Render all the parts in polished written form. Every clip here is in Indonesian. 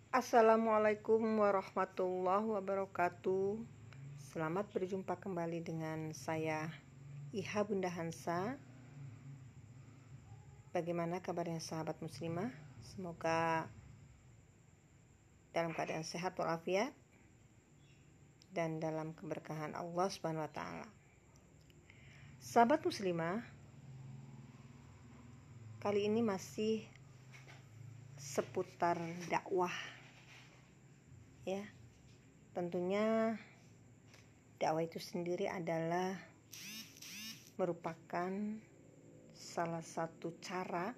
Assalamualaikum warahmatullahi wabarakatuh. Selamat berjumpa kembali dengan saya Iha Bunda Hansa. Bagaimana kabarnya sahabat muslimah? Semoga dalam keadaan sehat walafiat dan dalam keberkahan Allah Subhanahu wa taala. Sahabat muslimah, kali ini masih seputar dakwah. Ya. Tentunya dakwah itu sendiri adalah merupakan salah satu cara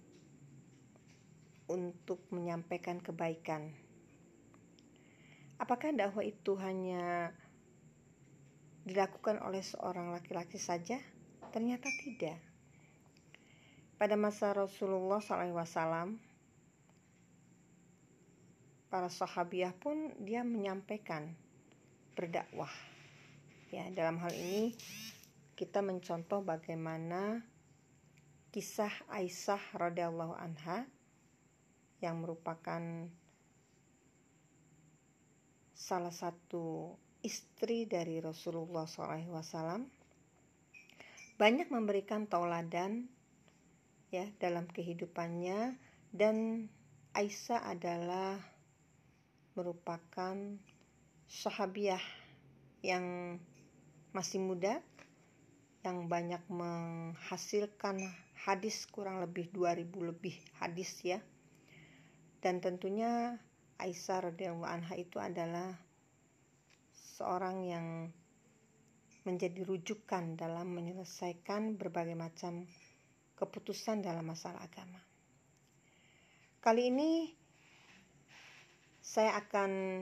untuk menyampaikan kebaikan. Apakah dakwah itu hanya dilakukan oleh seorang laki-laki saja? Ternyata tidak. Pada masa Rasulullah SAW, para sahabiah pun dia menyampaikan berdakwah. Ya, dalam hal ini kita mencontoh bagaimana kisah Aisyah radhiyallahu anha yang merupakan salah satu istri dari Rasulullah SAW, banyak memberikan tauladan ya dalam kehidupannya, dan Aisyah adalah merupakan sahabiah yang masih muda, yang banyak menghasilkan hadis, kurang lebih 2000 lebih hadis ya. Dan tentunya Aisyah radhiyallahu anha itu adalah seorang yang menjadi rujukan dalam menyelesaikan berbagai macam keputusan dalam masalah agama. Kali ini saya akan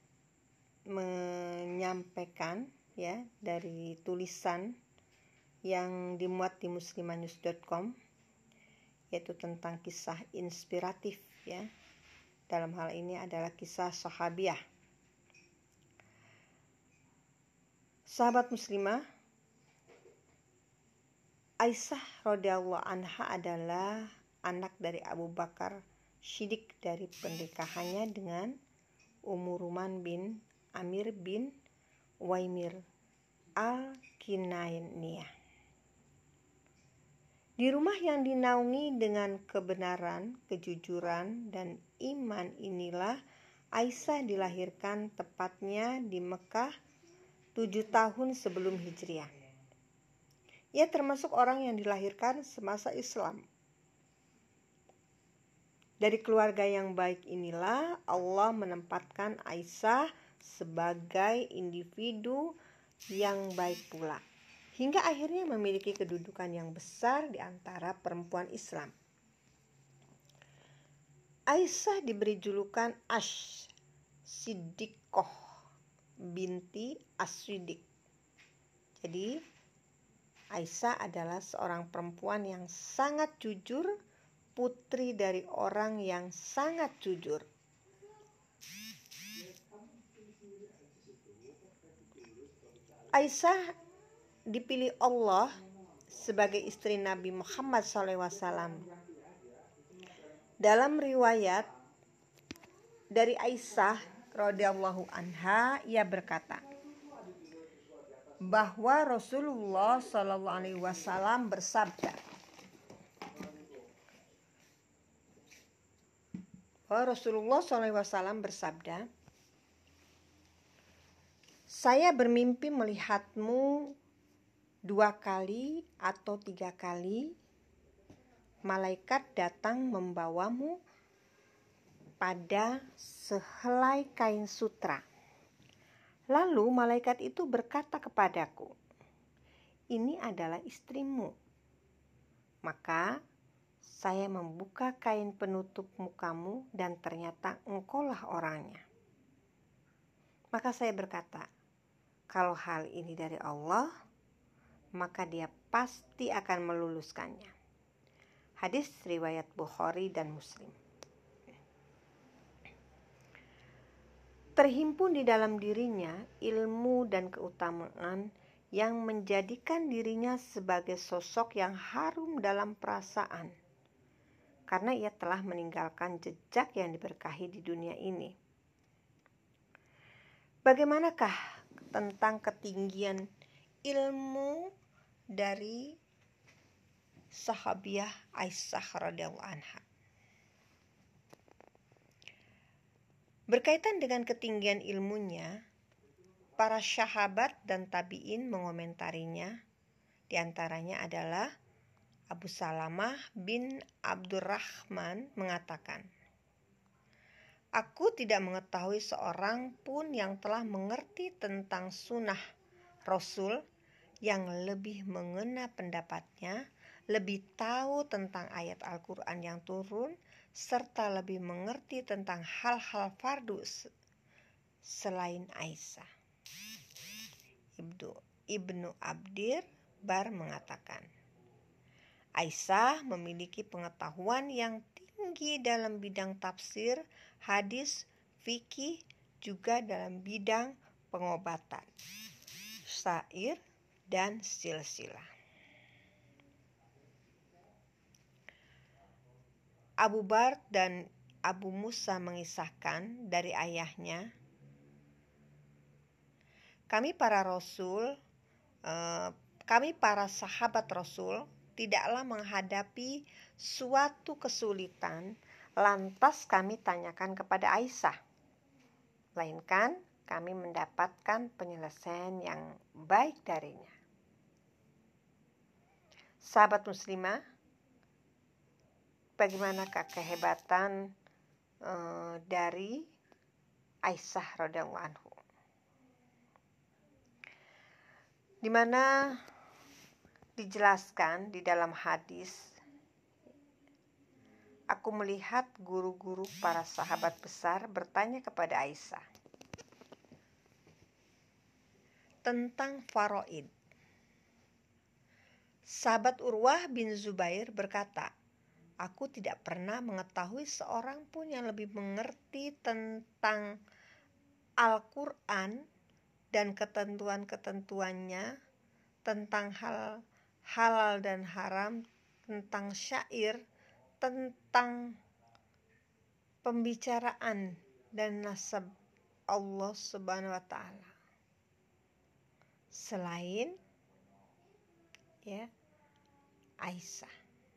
menyampaikan ya dari tulisan yang dimuat di muslimanews.com, yaitu tentang kisah inspiratif ya. Dalam hal ini adalah kisah sahabiah. Sahabat muslimah, Aisyah radhiyallahu anha adalah anak dari Abu Bakar Siddiq dari pernikahannya dengan Ummu Ruman bin Amir bin Waimir al-Kinainiyah. Di rumah yang dinaungi dengan kebenaran, kejujuran, dan iman inilah Aisyah dilahirkan, tepatnya di Mekah 7 tahun sebelum Hijriah. Ia termasuk orang yang dilahirkan semasa Islam. Dari keluarga yang baik inilah Allah menempatkan Aisyah sebagai individu yang baik pula, hingga akhirnya memiliki kedudukan yang besar di antara perempuan Islam. Aisyah diberi julukan Siddiqoh binti As-Siddiq. Jadi Aisyah adalah seorang perempuan yang sangat jujur, putri dari orang yang sangat jujur. Aisyah dipilih Allah sebagai istri Nabi Muhammad SAW. Dalam riwayat dari Aisyah radhiyallahu anha, ia berkata bahwa Rasulullah SAW bersabda, saya bermimpi melihatmu 2 kali atau 3 kali, malaikat datang membawamu pada sehelai kain sutra. Lalu malaikat itu berkata kepadaku, ini adalah istrimu. Maka saya membuka kain penutup mukamu dan ternyata engkaulah orangnya. Maka saya berkata, kalau hal ini dari Allah, maka dia pasti akan meluluskannya. Hadis riwayat Bukhari dan Muslim. Terhimpun di dalam dirinya ilmu dan keutamaan yang menjadikan dirinya sebagai sosok yang harum dalam perasaan. karena ia telah meninggalkan jejak yang diberkahi di dunia ini. Bagaimanakah tentang ketinggian ilmu dari sahabiah Aisyah radhiyallahu anha? Berkaitan dengan ketinggian ilmunya, para sahabat dan tabi'in mengomentarinya. Di antaranya adalah Abu Salamah bin Abdurrahman mengatakan, "Aku tidak mengetahui seorang pun yang telah mengerti tentang sunnah Rasul yang lebih mengena pendapatnya, lebih tahu tentang ayat Al-Quran yang turun, serta lebih mengerti tentang hal-hal fardu selain Aisyah." Ibnu Abdir Bar mengatakan, Aisyah memiliki pengetahuan yang tinggi dalam bidang tafsir, hadis, fikih, juga dalam bidang pengobatan, syair, dan silsilah. Abu Bard dan Abu Musa mengisahkan dari ayahnya, kami para sahabat Rasul tidaklah menghadapi suatu kesulitan lantas kami tanyakan kepada Aisyah, melainkan kami mendapatkan penyelesaian yang baik darinya. Sahabat muslimah, bagaimanakah kehebatan dari Aisyah radhiyallahu anhu, di mana dijelaskan di dalam hadis, aku melihat guru-guru para sahabat besar bertanya kepada Aisyah tentang faraid. Sahabat Urwah bin Zubair berkata, aku tidak pernah mengetahui seorang pun yang lebih mengerti tentang Al-Quran dan ketentuan-ketentuannya, tentang halal dan haram, tentang syair, tentang pembicaraan dan nasab Allah Subhanahu wa taala selain Aisyah.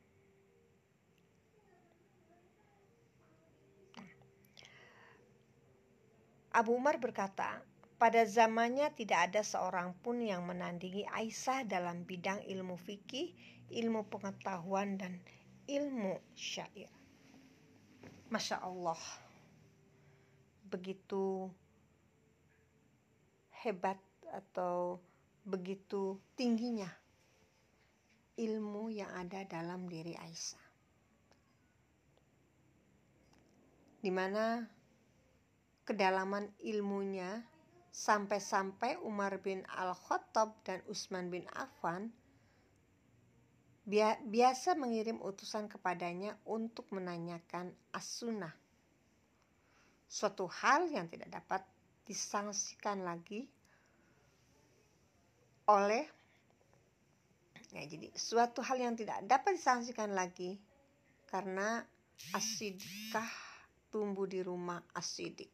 Abu Umar berkata, pada zamannya tidak ada seorang pun yang menandingi Aisyah dalam bidang ilmu fikih, ilmu pengetahuan, dan ilmu syair. Masya Allah, begitu hebat atau begitu tingginya ilmu yang ada dalam diri Aisyah, di mana kedalaman ilmunya sampai-sampai Umar bin Al-Khattab dan Utsman bin Affan biasa mengirim utusan kepadanya untuk menanyakan as-sunnah, suatu hal yang tidak dapat disangsikan lagi suatu hal yang tidak dapat disangsikan lagi karena as-sidqah tumbuh di rumah as-siddiq,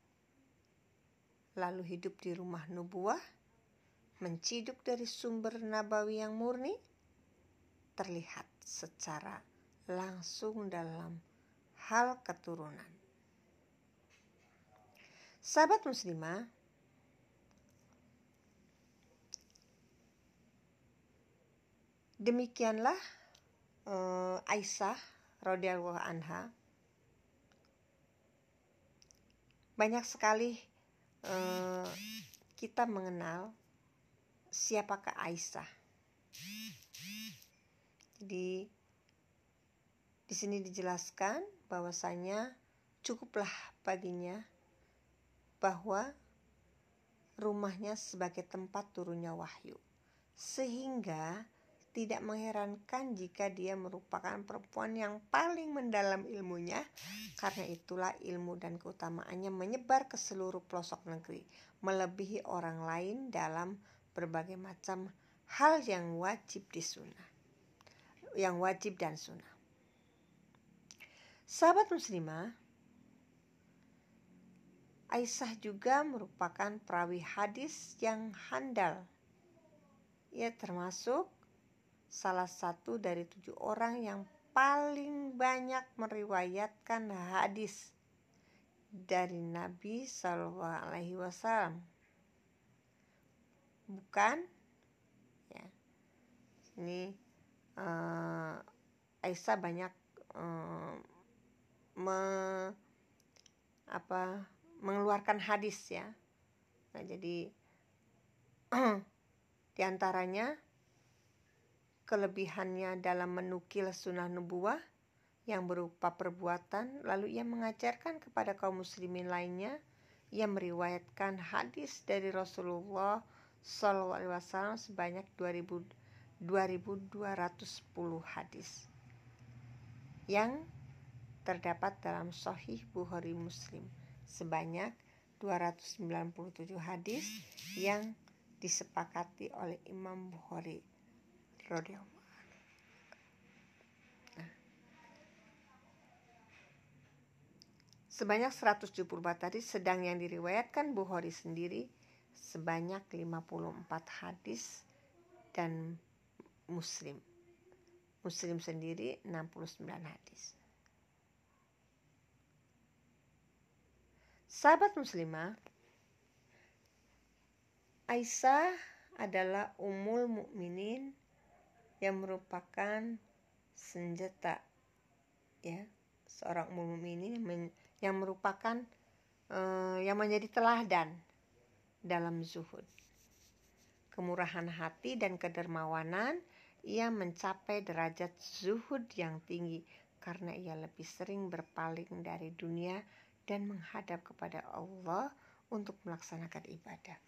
lalu hidup di rumah nubuwah, menciduk dari sumber nabawi yang murni, terlihat secara langsung dalam hal keturunan. Sahabat muslimah, demikianlah Aisyah radhiyallahu anha. Banyak sekali kita mengenal siapakah Aisyah. Jadi di sini dijelaskan bahwasanya cukuplah baginya bahwa rumahnya sebagai tempat turunnya wahyu, sehingga tidak mengherankan jika dia merupakan perempuan yang paling mendalam ilmunya. Karena itulah ilmu dan keutamaannya menyebar ke seluruh pelosok negeri, melebihi orang lain dalam berbagai macam hal yang wajib dan sunnah. Sahabat muslimah, Aisyah juga merupakan perawi hadis yang handal. Ia termasuk salah satu dari 7 orang yang paling banyak meriwayatkan hadis dari Nabi SAW. Bukan, ya, ini Aisyah banyak mengeluarkan hadis, ya. Nah, jadi diantaranya kelebihannya dalam menukil sunnah nubuwah yang berupa perbuatan, lalu ia mengajarkan kepada kaum muslimin lainnya. Ia meriwayatkan hadis dari Rasulullah SAW sebanyak 2.210 hadis yang terdapat dalam Sahih Bukhari Muslim, sebanyak 297 hadis yang disepakati oleh Imam Bukhari radhiyallahu. Sebanyak 174 hadis, sedang yang diriwayatkan Bukhari sendiri sebanyak 54 hadis dan Muslim sendiri 69 hadis. Sahabat muslimah, Aisyah adalah ummul mukminin yang merupakan senjata, ya, seorang ummul mukminin yang merupakan yang menjadi teladan dalam zuhud, kemurahan hati dan kedermawanan. Ia mencapai derajat zuhud yang tinggi karena ia lebih sering berpaling dari dunia dan menghadap kepada Allah untuk melaksanakan ibadah.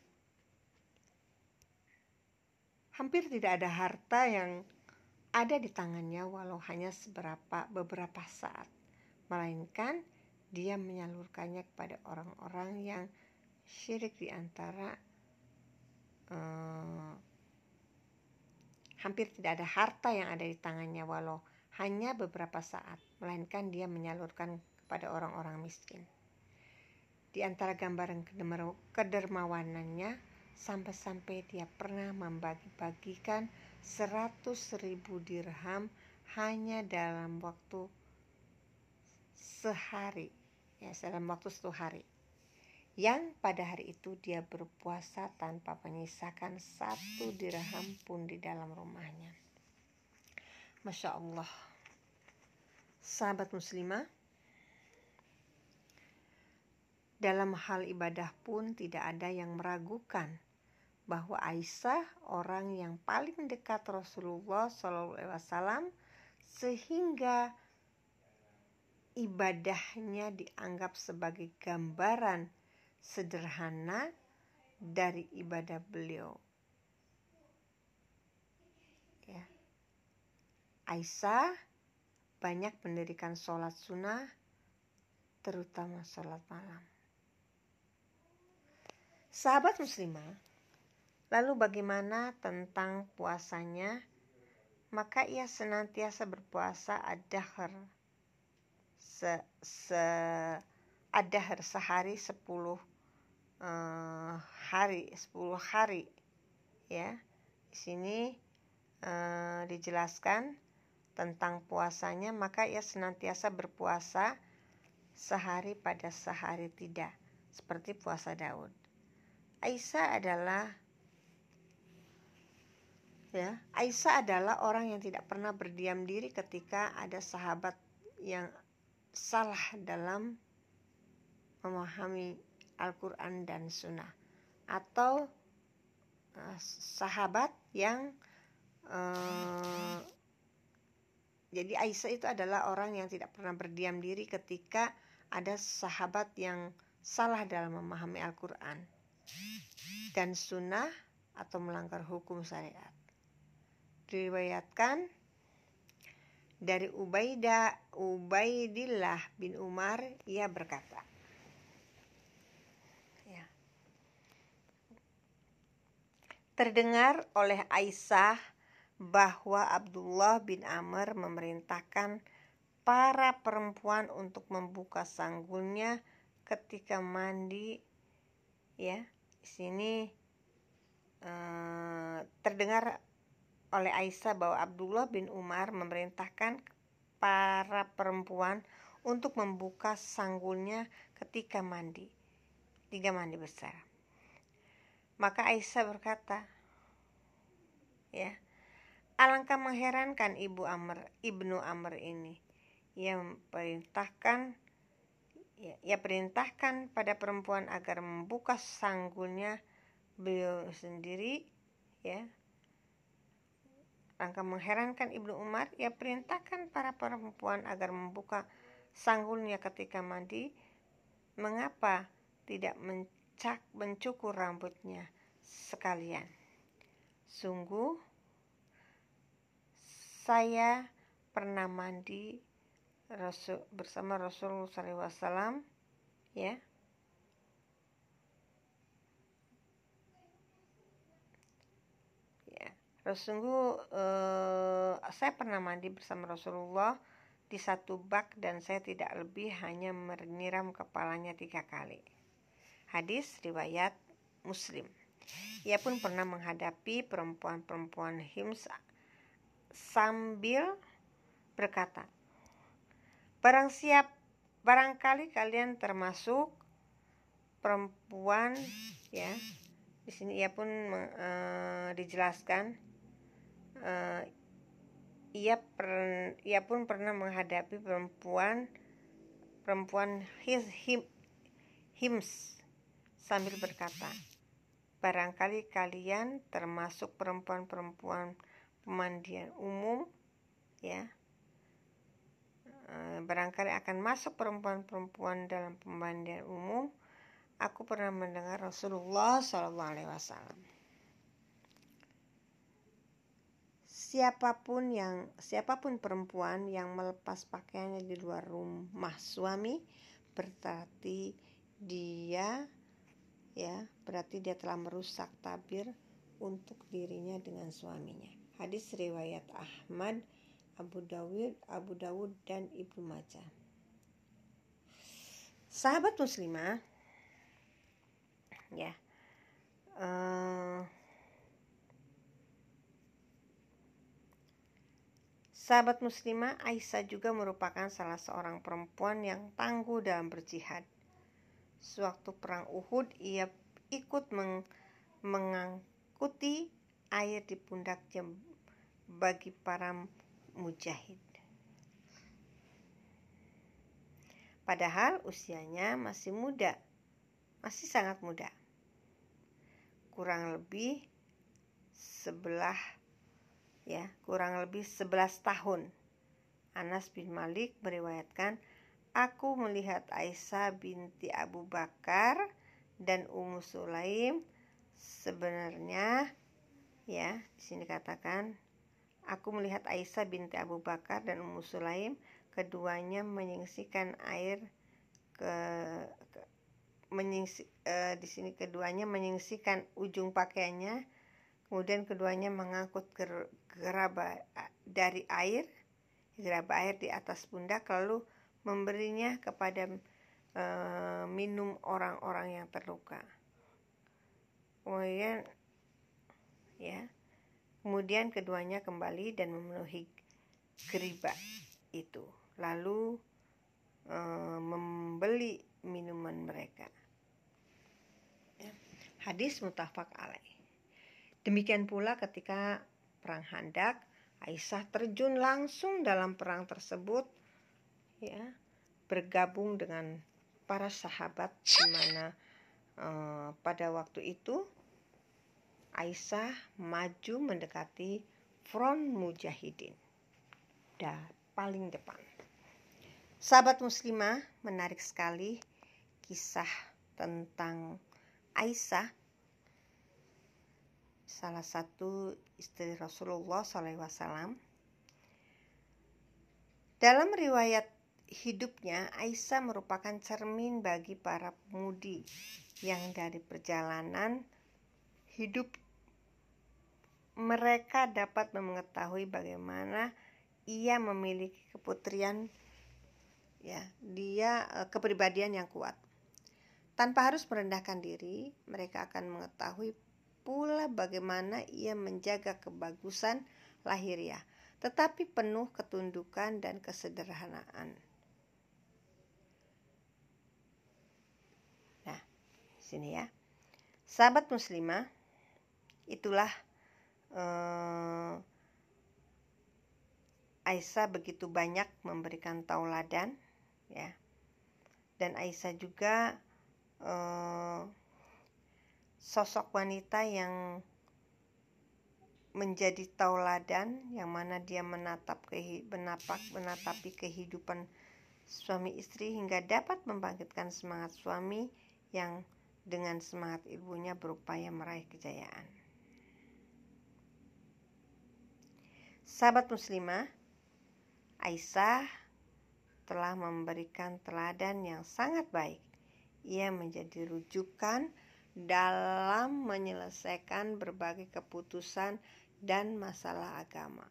Hampir tidak ada harta yang ada di tangannya walau hanya beberapa saat, melainkan dia menyalurkannya kepada orang-orang yang syirik. Di antara hampir tidak ada harta yang ada di tangannya walau hanya beberapa saat, melainkan dia menyalurkan kepada orang-orang miskin. Di antara gambaran kedermawanannya, sampai-sampai dia pernah membagi-bagikan 100.000 dirham hanya dalam waktu sehari, ya, dalam waktu 1 hari. Yang pada hari itu dia berpuasa tanpa menyisakan 1 dirham pun di dalam rumahnya. Masya Allah. Sahabat muslimah, dalam hal ibadah pun tidak ada yang meragukan bahwa Aisyah orang yang paling dekat Rasulullah SAW, sehingga ibadahnya dianggap sebagai gambaran sederhana dari ibadah beliau. Ya. Aisyah banyak mendirikan sholat sunnah, terutama sholat malam. Sahabat muslimah, lalu bagaimana tentang puasanya? Maka ia senantiasa berpuasa ad-dahr, sehari 10 hari, ya. Di sini dijelaskan tentang puasanya, maka ia senantiasa berpuasa sehari pada sehari tidak, seperti puasa Daud. Aisyah adalah orang yang tidak pernah berdiam diri ketika ada sahabat yang salah dalam memahami Al-Quran dan Sunnah, atau sahabat yang jadi Aisyah itu adalah orang yang tidak pernah berdiam diri ketika ada sahabat yang salah dalam memahami Al-Quran dan Sunnah atau melanggar hukum syariat. Diriwayatkan dari Ubaidillah bin Umar, ia berkata, ya, terdengar oleh Aisyah bahwa Abdullah bin Amr memerintahkan para perempuan untuk membuka sanggulnya ketika mandi. Ya, di sini terdengar oleh Aisyah bahwa Abdullah bin Umar memerintahkan para perempuan untuk membuka sanggulnya ketika mandi besar. Maka Aisyah berkata, ya, alangkah mengherankan Ibnu Amr ini. Ia perintahkan pada perempuan agar membuka sanggulnya beliau sendiri, ya. Alangkah mengherankan Ibnu Umar, ia perintahkan para perempuan agar membuka sanggulnya ketika mandi. Mengapa tidak mencukur rambutnya sekalian? Sungguh saya pernah mandi bersama Rasulullah SAW, ya. Saya pernah mandi bersama Rasulullah di satu bak dan saya tidak lebih hanya menyiram kepalanya 3 kali. Hadis riwayat Muslim. Ia pun pernah menghadapi perempuan-perempuan Hims sambil berkata, barangkali kalian termasuk perempuan, ya. Di sini ia pun dijelaskan ia pun pernah menghadapi perempuan Hims sambil berkata, barangkali kalian termasuk perempuan-perempuan pemandian umum, ya. Barangkali akan masuk perempuan-perempuan dalam pemandian umum. Aku pernah mendengar Rasulullah SAW. Siapapun perempuan yang melepas pakaiannya di luar rumah suami, berarti dia telah merusak tabir untuk dirinya dengan suaminya. Hadis riwayat Ahmad, Abu Dawud dan Ibnu Majah. Sahabat muslimah, ya, sahabat muslimah, Aisyah juga merupakan salah seorang perempuan yang tangguh dalam berjihad. Sewaktu perang Uhud, ia ikut mengangkuti air di pundaknya bagi para mujahid. Padahal usianya masih sangat muda. Kurang lebih 11 tahun. Anas bin Malik meriwayatkan, aku melihat Aisyah binti Abu Bakar dan Ummu Sulaim. Sebenarnya, ya, di sini katakan, aku melihat Aisyah binti Abu Bakar dan Ummu Sulaim, keduanya menyingsingkan air di sini keduanya menyingsingkan ujung pakaiannya, kemudian keduanya mengangkut gerabah air di atas pundak, lalu memberinya kepada minum orang-orang yang terluka. Kemudian keduanya kembali dan memenuhi gerabah itu, lalu membeli minuman mereka. Hadis muttafaq alaih. Demikian pula ketika perang Khandaq, Aisyah terjun langsung dalam perang tersebut, ya, bergabung dengan para sahabat, di mana pada waktu itu Aisyah maju mendekati front mujahidin dan paling depan. Sahabat muslimah, menarik sekali kisah tentang Aisyah, salah satu istri Rasulullah SAW. Dalam riwayat hidupnya, Aisyah merupakan cermin bagi para pemudi yang dari perjalanan hidup mereka dapat mengetahui bagaimana ia memiliki keputrian ya, dia kepribadian yang kuat. Tanpa harus merendahkan diri, mereka akan mengetahui pula bagaimana ia menjaga kebagusan lahiriah, tetapi penuh ketundukan dan kesederhanaan. Nah, sini ya. Sahabat muslimah, itulah Aisyah begitu banyak memberikan tauladan, ya. Dan Aisyah juga sosok wanita yang menjadi tauladan, yang mana dia menatapi kehidupan suami istri hingga dapat membangkitkan semangat suami yang dengan semangat ibunya berupaya meraih kejayaan. Sahabat muslimah, Aisyah telah memberikan teladan yang sangat baik. Ia menjadi rujukan dalam menyelesaikan berbagai keputusan dan masalah agama.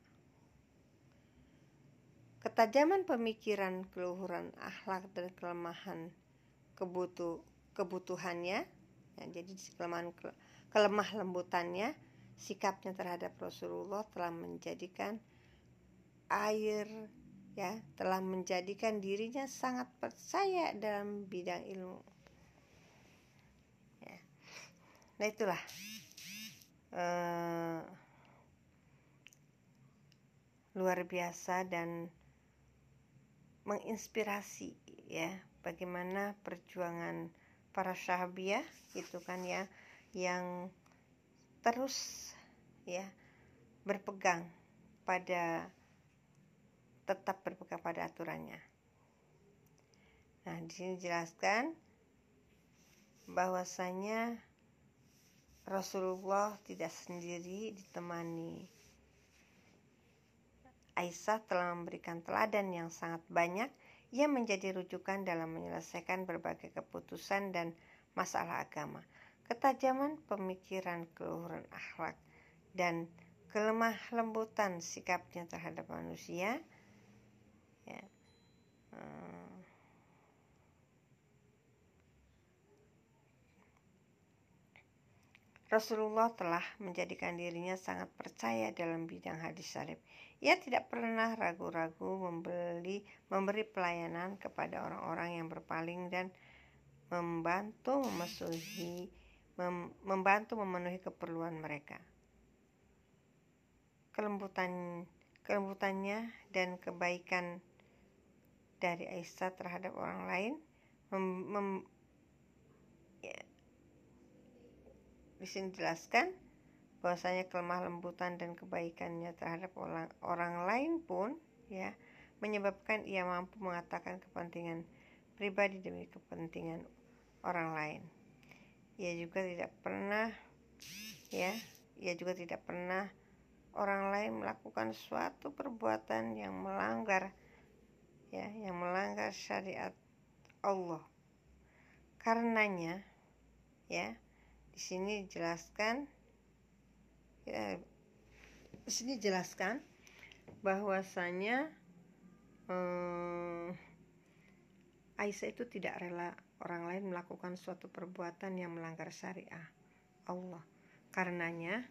Ketajaman pemikiran, keluhuran akhlak dan kelemahan kebutuhannya, ya, jadi kelemah lembutannya, sikapnya terhadap Rasulullah telah menjadikan telah menjadikan dirinya sangat percaya dalam bidang ilmu. Ya. Nah, itulah luar biasa dan menginspirasi, ya, bagaimana perjuangan para sahabiah itu kan ya, yang terus ya tetap berpegang pada aturannya. Nah, di sini dijelaskan bahwasanya Rasulullah tidak sendiri, ditemani Aisyah telah memberikan teladan yang sangat banyak. Ia menjadi rujukan dalam menyelesaikan berbagai keputusan dan masalah agama. Ketajaman pemikiran, keluhuran akhlak, dan kelemah lembutan sikapnya terhadap manusia, ya, Rasulullah telah menjadikan dirinya sangat percaya dalam bidang hadis syarif. Ia tidak pernah ragu-ragu memberi pelayanan kepada orang-orang yang berpaling dan membantu memenuhi keperluan mereka. Kelembutannya dan kebaikan dari Aisyah terhadap orang lain di sini dijelaskan bahwasanya kelemah lembutan dan kebaikannya terhadap orang lain pun, ya, menyebabkan ia mampu mengatakan kepentingan pribadi demi kepentingan orang lain. Ia juga tidak pernah orang lain melakukan suatu perbuatan yang melanggar syariat Allah. Karenanya, ya, di sini dijelaskan bahwasanya Aisyah itu tidak rela orang lain melakukan suatu perbuatan yang melanggar syariah Allah. Karenanya,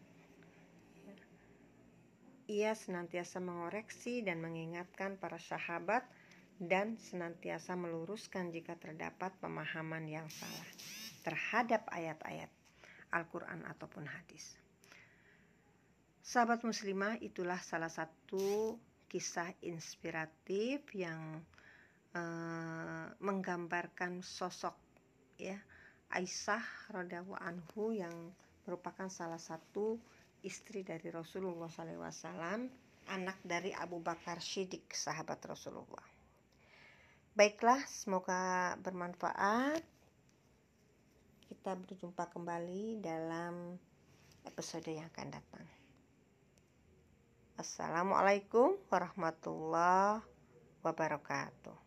ia senantiasa mengoreksi dan mengingatkan para sahabat dan senantiasa meluruskan jika terdapat pemahaman yang salah terhadap ayat-ayat Al-Quran ataupun hadis. Sahabat muslimah, itulah salah satu kisah inspiratif yang menggambarkan sosok, ya, Aisyah radhiyallahu anhu yang merupakan salah satu istri dari Rasulullah SAW, anak dari Abu Bakar Shiddiq, sahabat Rasulullah. Baiklah, semoga bermanfaat. Kita berjumpa kembali dalam episode yang akan datang. Assalamualaikum warahmatullahi wabarakatuh.